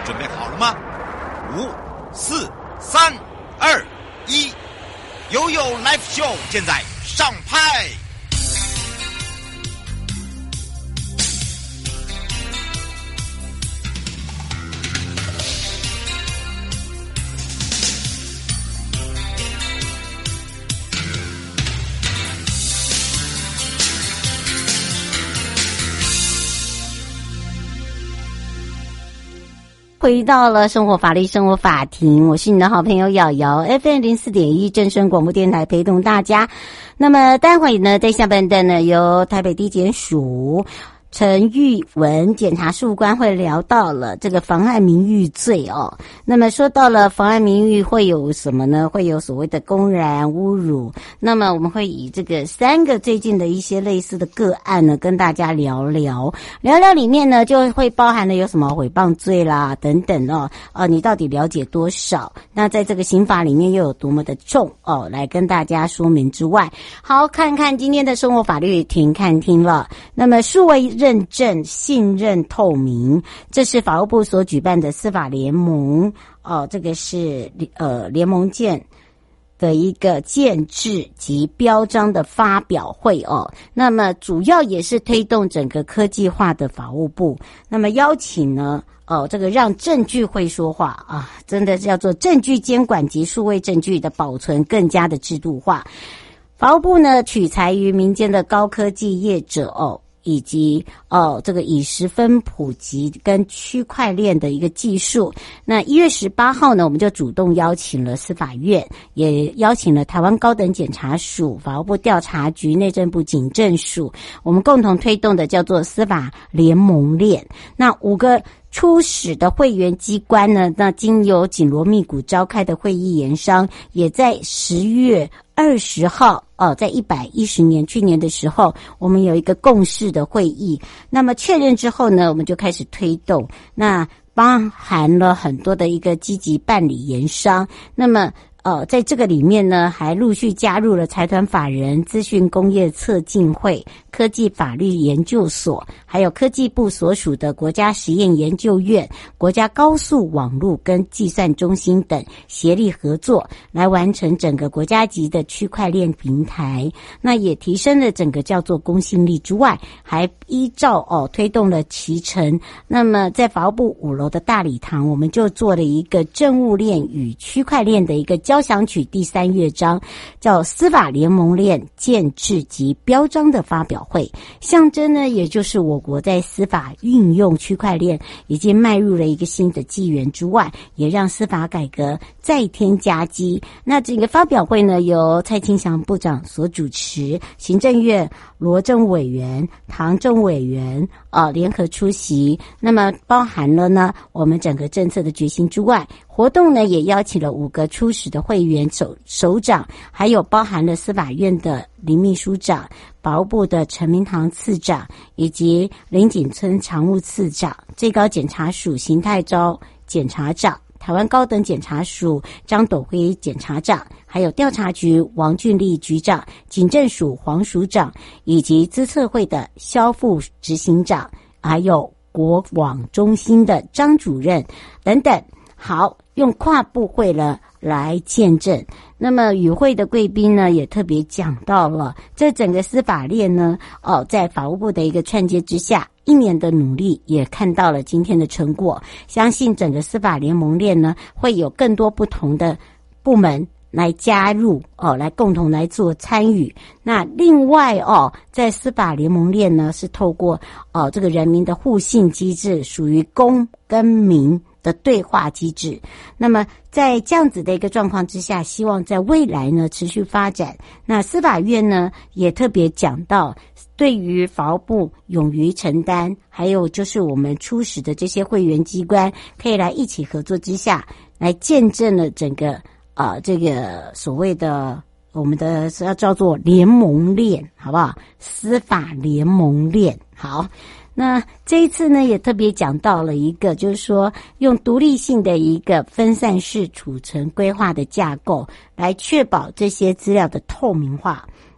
准备好了吗？5、4、3、2、1，悠悠 Live Show 现在上拍。 回到了生活法律生活法庭，我是你的好朋友瑶瑶 FM04.1 正声广播电台，陪同大家。那么待会呢，在下半段呢，由台北地检署陈玉文检察事务官会聊到了这个妨碍名誉罪哦。那么说到了妨碍名誉会有什么呢？会有所谓的公然侮辱。那么我们会以这个3个最近的一些类似的个案呢，跟大家聊聊里面呢，就会包含了有什么诽谤罪啦等等哦。你到底了解多少？那在这个刑法里面又有多么的重哦？来跟大家说明之外，好，看看今天的生活法律庭看听了。那么数位认证信任透明，这是法务部所举办的司法联盟这个是联盟建的一个建制及标章的发表会哦。那么主要也是推动整个科技化的法务部，那么邀请呢这个让证据会说话啊，真的叫做证据监管及数位证据的保存更加的制度化。法务部呢取材于民间的高科技业者以及这个以十分普及跟区块链的一个技术。那1月18号呢，我们就主动邀请了司法院，也邀请了台湾高等检察署、法务部调查局、内政部警政署，我们共同推动的叫做司法联盟链。那5个初始的会员机关呢，那经由紧锣密鼓召开的会议研商，也在10月20号在110年去年的时候，我们有一个共识的会议。那么确认之后呢，我们就开始推动，那包含了很多的一个积极办理研商。那么在这个里面呢，还陆续加入了财团法人资讯工业策进会、科技法律研究所，还有科技部所属的国家实验研究院、国家高速网络跟计算中心等协力合作，来完成整个国家级的区块链平台。那也提升了整个叫做公信力之外，还依照推动了期程。那么在法务部5楼的大礼堂，我们就做了一个政务链与区块链的一个交响曲第3乐章，叫司法联盟链建制及标章的发表会，象征呢，也就是我国在司法运用区块链已经迈入了一个新的纪元之外，也让司法改革再添佳绩。那这个发表会呢，由蔡清祥部长所主持，行政院罗政委员、唐政委员联合出席。那么包含了呢，我们整个政策的决心之外，活动呢也邀请了5个初始的会员首长，还有包含了司法院的林秘书长、法务部的陈明堂次长，以及林景村常务次长、最高检察署邢泰昭检察长、台湾高等检察署张斗辉检察长，还有调查局王俊立局长、警政署黄署长，以及资策会的萧副执行长，还有国网中心的张主任等等。好，用跨部会了来见证。那么与会的贵宾呢，也特别讲到了这整个司法链呢，在法务部的一个串接之下，1年的努力也看到了今天的成果。相信整个司法联盟链呢，会有更多不同的部门来加入来共同来做参与。那另外在司法联盟链呢，是透过这个人民的互信机制，属于公跟民的对话机制。那么在这样子的一个状况之下，希望在未来呢持续发展。那司法院呢也特别讲到，对于法务部勇于承担，还有就是我们初始的这些会员机关可以来一起合作之下，来见证了整个这个所谓的我们的要叫做联盟链，好不好？司法联盟链。好，那这一次呢也特别讲到了一个，就是说用独立性的一个分散式储存规划的架构，来确保这些资料的透明化。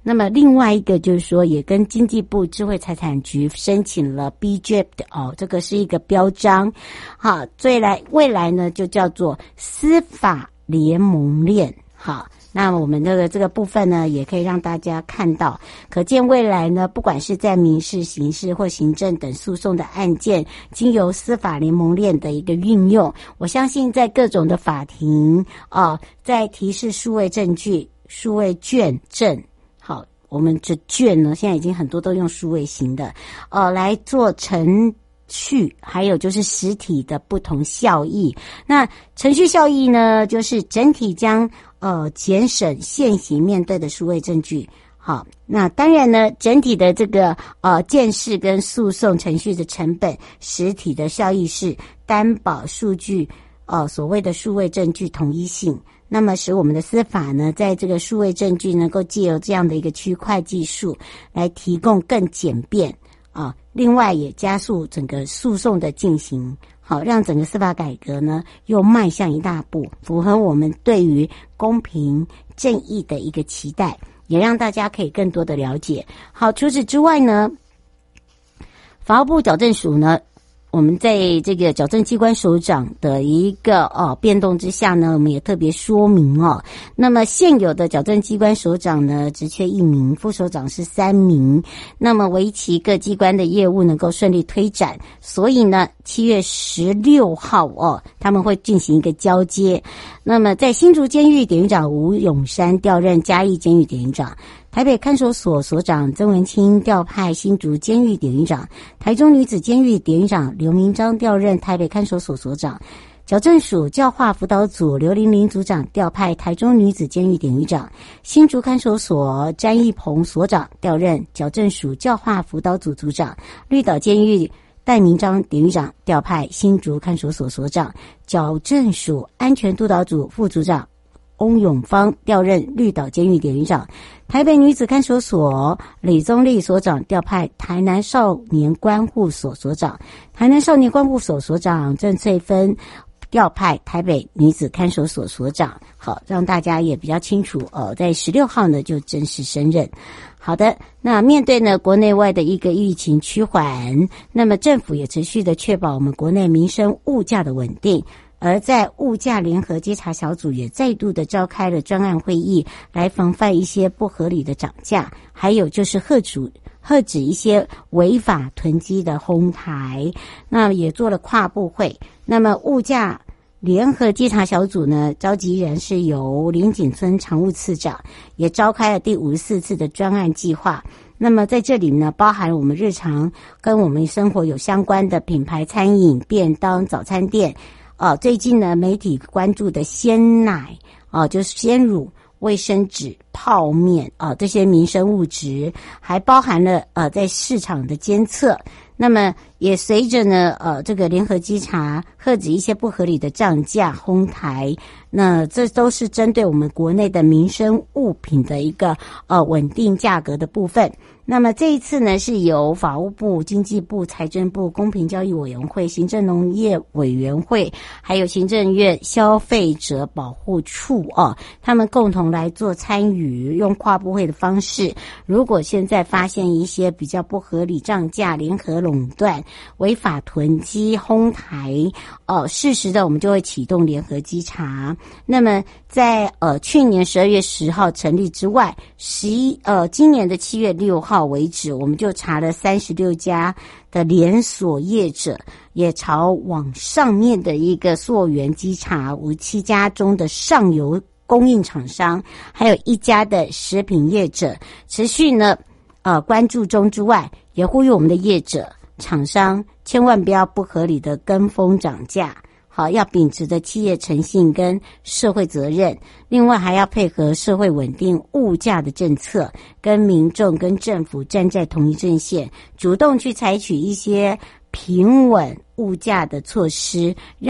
那么另外一个就是说，也跟经济部智慧财产局申请了 BJP 这个是一个标章。好，未来呢就叫做司法联盟链。好，那我们这个部分呢，也可以让大家看到，可见未来呢，不管是在民事、刑事或行政等诉讼的案件，经由司法联盟链的一个运用，我相信在各种的法庭在提示数位证据、数位卷证，好，我们这卷呢，现在已经很多都用数位型的，来做程序，还有就是实体的不同效益。那程序效益呢，就是整体将减省现行面对的数位证据。好，那当然呢，整体的这个建设跟诉讼程序的成本，实体的效益是担保数据所谓的数位证据统一性，那么使我们的司法呢，在这个数位证据能够借由这样的一个区块技术来提供更简便另外也加速整个诉讼的进行，好，让整个司法改革呢又迈向一大步，符合我们对于公平正义的一个期待，也让大家可以更多的了解。好，除此之外呢，法务部矫正署呢，我们在这个矫正机关首长的一个变动之下呢，我们也特别说明那么现有的矫正机关首长呢，职缺1名，副首长是3名，那么为期各机关的业务能够顺利推展，所以呢7月16号他们会进行一个交接。那么在新竹监狱典狱长吴永山调任嘉义监狱典狱长，台北看守所所长曾文清调派新竹监狱典狱长，台中女子监狱典狱长刘明章调任台北看守所所长，矫正署教化辅导组刘玲玲组长调派台中女子监狱典狱长，新竹看守所詹义鹏所长调任矫正署教化辅导组组长，绿岛监狱戴明章典狱长调派新竹看守所所长，矫正署安全督导组副组长翁永芳调任绿岛监狱典狱长，台北女子看守所李宗丽所长调派台南少年关护所所长，台南少年关护所所长郑翠芬调派台北女子看守所所长。好，让大家也比较清楚在16号呢就正式升任。好的，那面对呢国内外的一个疫情趋缓，那么政府也持续的确保我们国内民生物价的稳定，而在物价联合稽查小组也再度的召开了专案会议，来防范一些不合理的涨价，还有就是遏止一些违法囤积的哄抬，那也做了跨部会。那么物价联合稽查小组呢，召集人是由林景村常务次长，也召开了第54次的专案计划。那么在这里呢，包含我们日常跟我们生活有相关的品牌餐饮、便当、早餐店。最近呢，媒体关注的鲜奶就是鲜乳、卫生纸、泡面这些民生物质，还包含了在市场的监测。那么也随着呢这个联合稽查遏止一些不合理的涨价哄抬，那这都是针对我们国内的民生物品的一个稳定价格的部分。那么这一次呢，是由法务部、经济部、财政部、公平交易委员会、行政农业委员会，还有行政院消费者保护处他们共同来做参与，用跨部会的方式，如果现在发现一些比较不合理涨价、联合垄断、违法囤积、哄抬适时的我们就会启动联合稽查。那么在去年12月10号成立之外，今年的7月6号为止，我们就查了36家的连锁业者，也朝往上面的一个溯源稽查57家中的上游供应厂商，还有1家的食品业者，持续呢关注中之外，也呼吁我们的业者厂商千万不要不合理的跟风涨价，好，要秉持着企业诚信跟社会责任，另外还要配合社会稳定物价的政策，跟民众跟政府站在同一阵线，主动去采取一些平稳物价的措施，让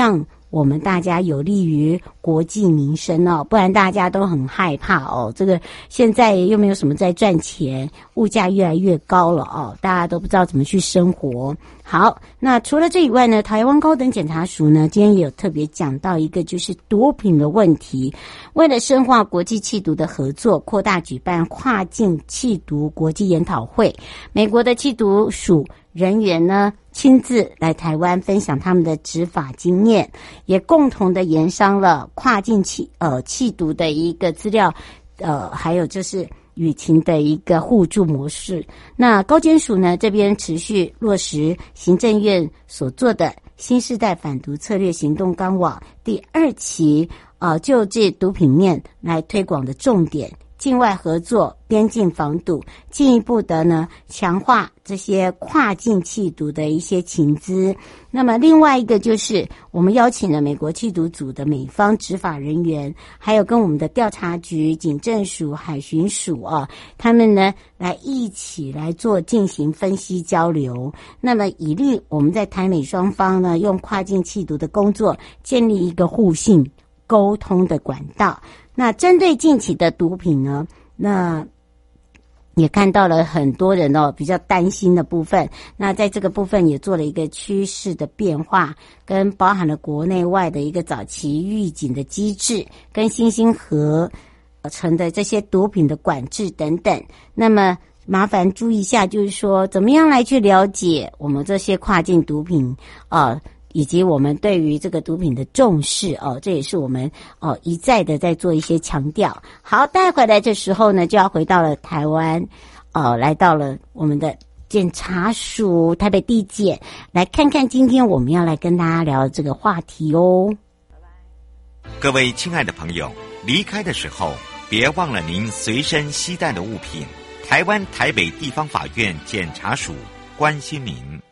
我们大家有利于国计民生哦，不然大家都很害怕哦。这个现在又没有什么在赚钱，物价越来越高了哦，大家都不知道怎么去生活。好，那除了这以外呢，台湾高等检察署呢，今天也有特别讲到一个就是毒品的问题。为了深化国际缉毒的合作，扩大举办跨境缉毒国际研讨会，美国的缉毒署人员呢亲自来台湾分享他们的执法经验，也共同的研商了跨境缉毒的一个资料，还有就是舆情的一个互助模式。那高检署呢这边持续落实行政院所做的新世代反毒策略行动纲网第2期，就这毒品面来推广的重点。境外合作、边境防堵，进一步的呢强化这些跨境缉毒的一些情资。那么另外一个就是我们邀请了美国缉毒组的美方执法人员，还有跟我们的调查局、警政署、海巡署他们呢来一起来做进行分析交流。那么以利我们在台美双方呢用跨境缉毒的工作建立一个互信沟通的管道。那针对近期的毒品呢，那也看到了很多人比较担心的部分。那在这个部分也做了一个趋势的变化，跟包含了国内外的一个早期预警的机制，跟新兴合成的这些毒品的管制等等。那么麻烦注意一下，就是说怎么样来去了解我们这些跨境毒品以及我们对于这个毒品的重视这也是我们一再的在做一些强调。好，带回来这时候呢，就要回到了台湾，来到了我们的检察署台北地检，来看看今天我们要来跟大家聊这个话题哦。 各位亲爱的朋友，离开的时候别忘了您随身携带的物品。台湾台北地方法院检察署关心您。